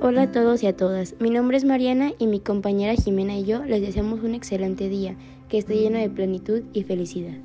Hola a todos y a todas, mi nombre es Mariana y mi compañera Jimena y yo les deseamos un excelente día, que esté lleno de plenitud y felicidad.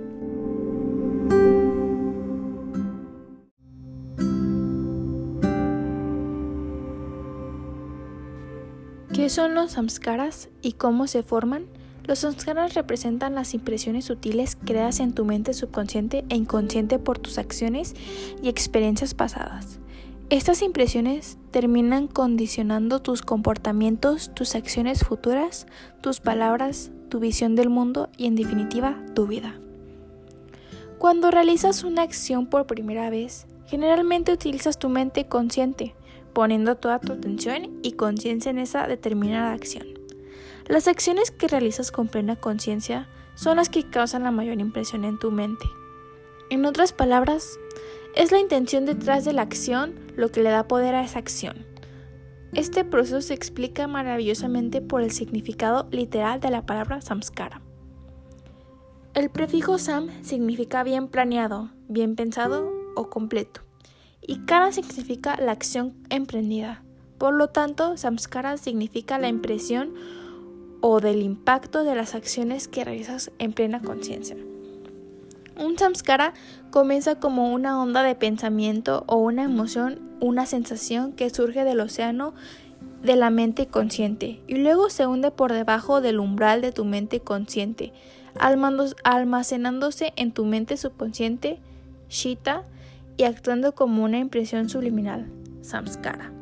¿Qué son los samskaras y cómo se forman? Los samskaras representan las impresiones sutiles creadas en tu mente subconsciente e inconsciente por tus acciones y experiencias pasadas. Estas impresiones terminan condicionando tus comportamientos, tus acciones futuras, tus palabras, tu visión del mundo y, en definitiva, tu vida. Cuando realizas una acción por primera vez, generalmente utilizas tu mente consciente, poniendo toda tu atención y conciencia en esa determinada acción. Las acciones que realizas con plena conciencia son las que causan la mayor impresión en tu mente. En otras palabras, es la intención detrás de la acción lo que le da poder a esa acción. Este proceso se explica maravillosamente por el significado literal de la palabra samskara. El prefijo sam significa bien planeado, bien pensado o completo, y kara significa la acción emprendida. Por lo tanto, samskara significa la impresión o del impacto de las acciones que realizas en plena conciencia. Un samskara comienza como una onda de pensamiento o una emoción, una sensación que surge del océano de la mente consciente y luego se hunde por debajo del umbral de tu mente consciente, almacenándose en tu mente subconsciente, chitta, y actuando como una impresión subliminal, samskara.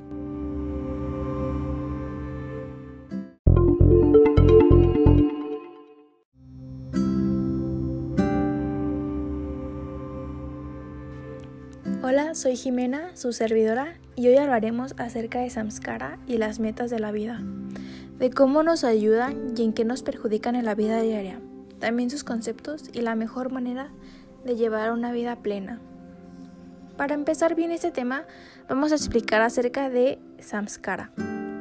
Hola, soy Jimena, su servidora, y hoy hablaremos acerca de samskara y las metas de la vida, de cómo nos ayudan y en qué nos perjudican en la vida diaria, también sus conceptos y la mejor manera de llevar una vida plena. Para empezar bien este tema, vamos a explicar acerca de samskara.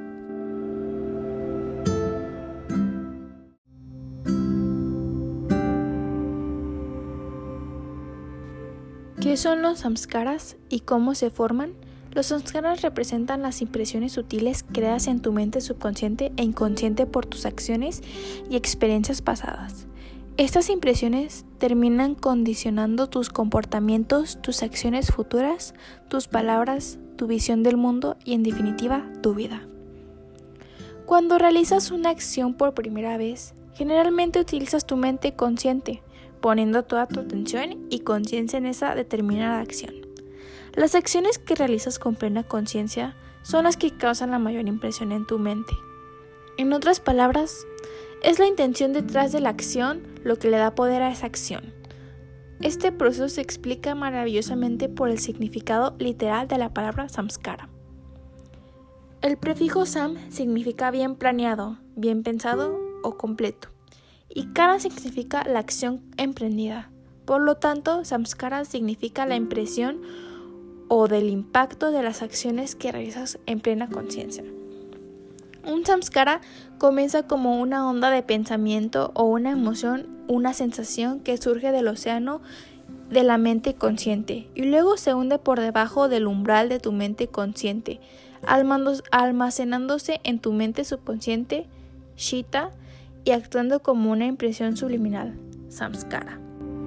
¿Qué son los samskaras y cómo se forman? Los samskaras representan las impresiones sutiles creadas en tu mente subconsciente e inconsciente por tus acciones y experiencias pasadas. Estas impresiones terminan condicionando tus comportamientos, tus acciones futuras, tus palabras, tu visión del mundo y, en definitiva, tu vida. Cuando realizas una acción por primera vez, generalmente utilizas tu mente consciente, poniendo toda tu atención y conciencia en esa determinada acción. Las acciones que realizas con plena conciencia son las que causan la mayor impresión en tu mente. En otras palabras, es la intención detrás de la acción lo que le da poder a esa acción. Este proceso se explica maravillosamente por el significado literal de la palabra samskara. El prefijo sam significa bien planeado, bien pensado o completo, y kara significa la acción emprendida. Por lo tanto, samskara significa la impresión o del impacto de las acciones que realizas en plena conciencia. Un samskara comienza como una onda de pensamiento o una emoción, una sensación que surge del océano de la mente consciente y luego se hunde por debajo del umbral de tu mente consciente, almacenándose en tu mente subconsciente, chitta, y actuando como una impresión subliminal, samskara.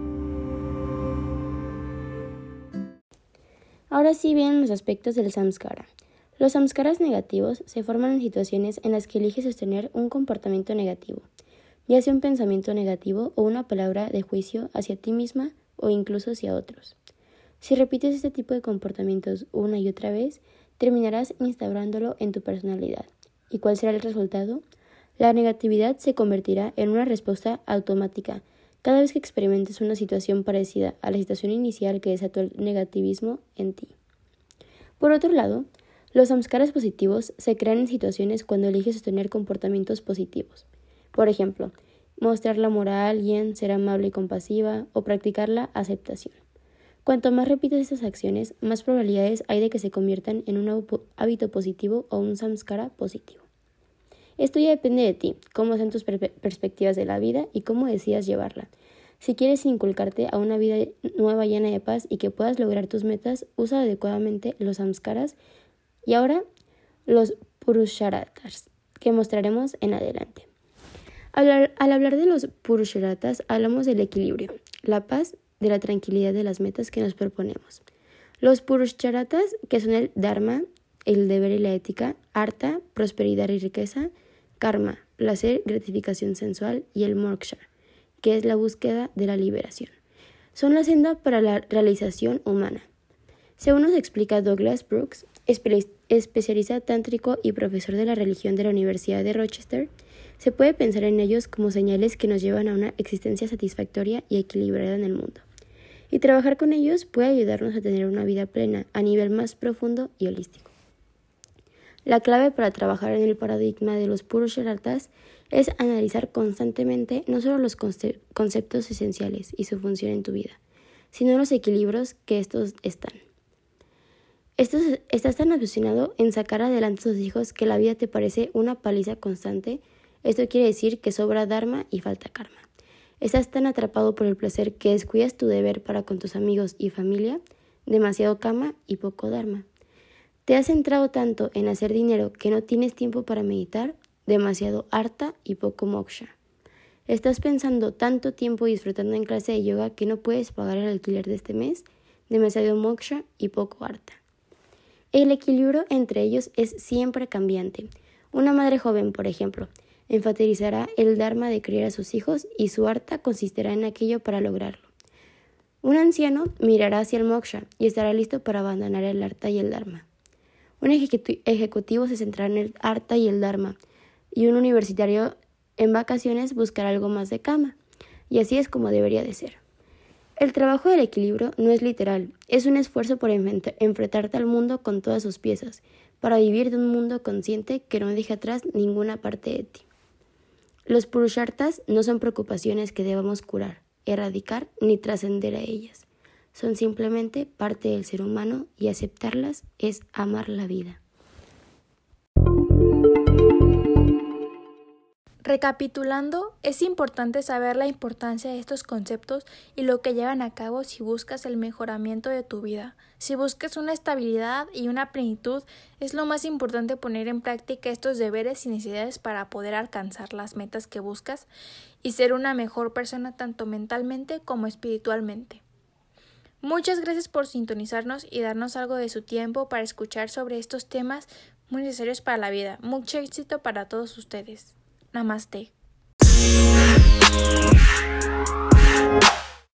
Ahora sí vienen los aspectos del samskara. Los samskaras negativos se forman en situaciones en las que eliges sostener un comportamiento negativo, ya sea un pensamiento negativo o una palabra de juicio hacia ti misma o incluso hacia otros. Si repites este tipo de comportamientos una y otra vez, terminarás instaurándolo en tu personalidad. ¿Y cuál será el resultado? La negatividad se convertirá en una respuesta automática cada vez que experimentes una situación parecida a la situación inicial que desató el negativismo en ti. Por otro lado, los samskaras positivos se crean en situaciones cuando eliges sostener comportamientos positivos. Por ejemplo, mostrar el amor a alguien, ser amable y compasiva o practicar la aceptación. Cuanto más repites estas acciones, más probabilidades hay de que se conviertan en un hábito positivo o un samskara positivo. Esto ya depende de ti, cómo sean tus perspectivas de la vida y cómo decidas llevarla. Si quieres inculcarte a una vida nueva llena de paz y que puedas lograr tus metas, usa adecuadamente los samskaras. Y ahora los Purusharatas, que mostraremos en adelante. Al hablar de los Purusharatas, hablamos del equilibrio, la paz, de la tranquilidad de las metas que nos proponemos. Los Purusharatas, que son el Dharma, el deber y la ética, Artha, prosperidad y riqueza, Karma, placer, gratificación sensual, y el Moksha, que es la búsqueda de la liberación. Son la senda para la realización humana. Según nos explica Douglas Brooks, especialista tántrico y profesor de la religión de la Universidad de Rochester, se puede pensar en ellos como señales que nos llevan a una existencia satisfactoria y equilibrada en el mundo. Y trabajar con ellos puede ayudarnos a tener una vida plena a nivel más profundo y holístico. La clave para trabajar en el paradigma de los Purusharatas es analizar constantemente no solo los conceptos esenciales y su función en tu vida, sino los equilibrios que estos están. Estás tan obsesionado en sacar adelante a tus hijos que la vida te parece una paliza constante. Esto quiere decir que sobra dharma y falta karma. Estás tan atrapado por el placer que descuidas tu deber para con tus amigos y familia, demasiado kama y poco dharma. Te has centrado tanto en hacer dinero que no tienes tiempo para meditar, demasiado artha y poco moksha. Estás pensando tanto tiempo disfrutando en clase de yoga que no puedes pagar el alquiler de este mes, demasiado moksha y poco artha. El equilibrio entre ellos es siempre cambiante. Una madre joven, por ejemplo, enfatizará el dharma de criar a sus hijos y su artha consistirá en aquello para lograrlo. Un anciano mirará hacia el moksha y estará listo para abandonar el artha y el dharma. Un ejecutivo se centrará en el artha y el dharma, y un universitario en vacaciones buscará algo más de kama, y así es como debería de ser. El trabajo del equilibrio no es literal, es un esfuerzo por enfrentarte al mundo con todas sus piezas, para vivir de un mundo consciente que no deje atrás ninguna parte de ti. Los Purusharthas no son preocupaciones que debamos curar, erradicar ni trascender a ellas. Son simplemente parte del ser humano y aceptarlas es amar la vida. Recapitulando, es importante saber la importancia de estos conceptos y lo que llevan a cabo si buscas el mejoramiento de tu vida. Si buscas una estabilidad y una plenitud, es lo más importante poner en práctica estos deberes y necesidades para poder alcanzar las metas que buscas y ser una mejor persona tanto mentalmente como espiritualmente. Muchas gracias por sintonizarnos y darnos algo de su tiempo para escuchar sobre estos temas muy necesarios para la vida. Mucho éxito para todos ustedes. Namaste.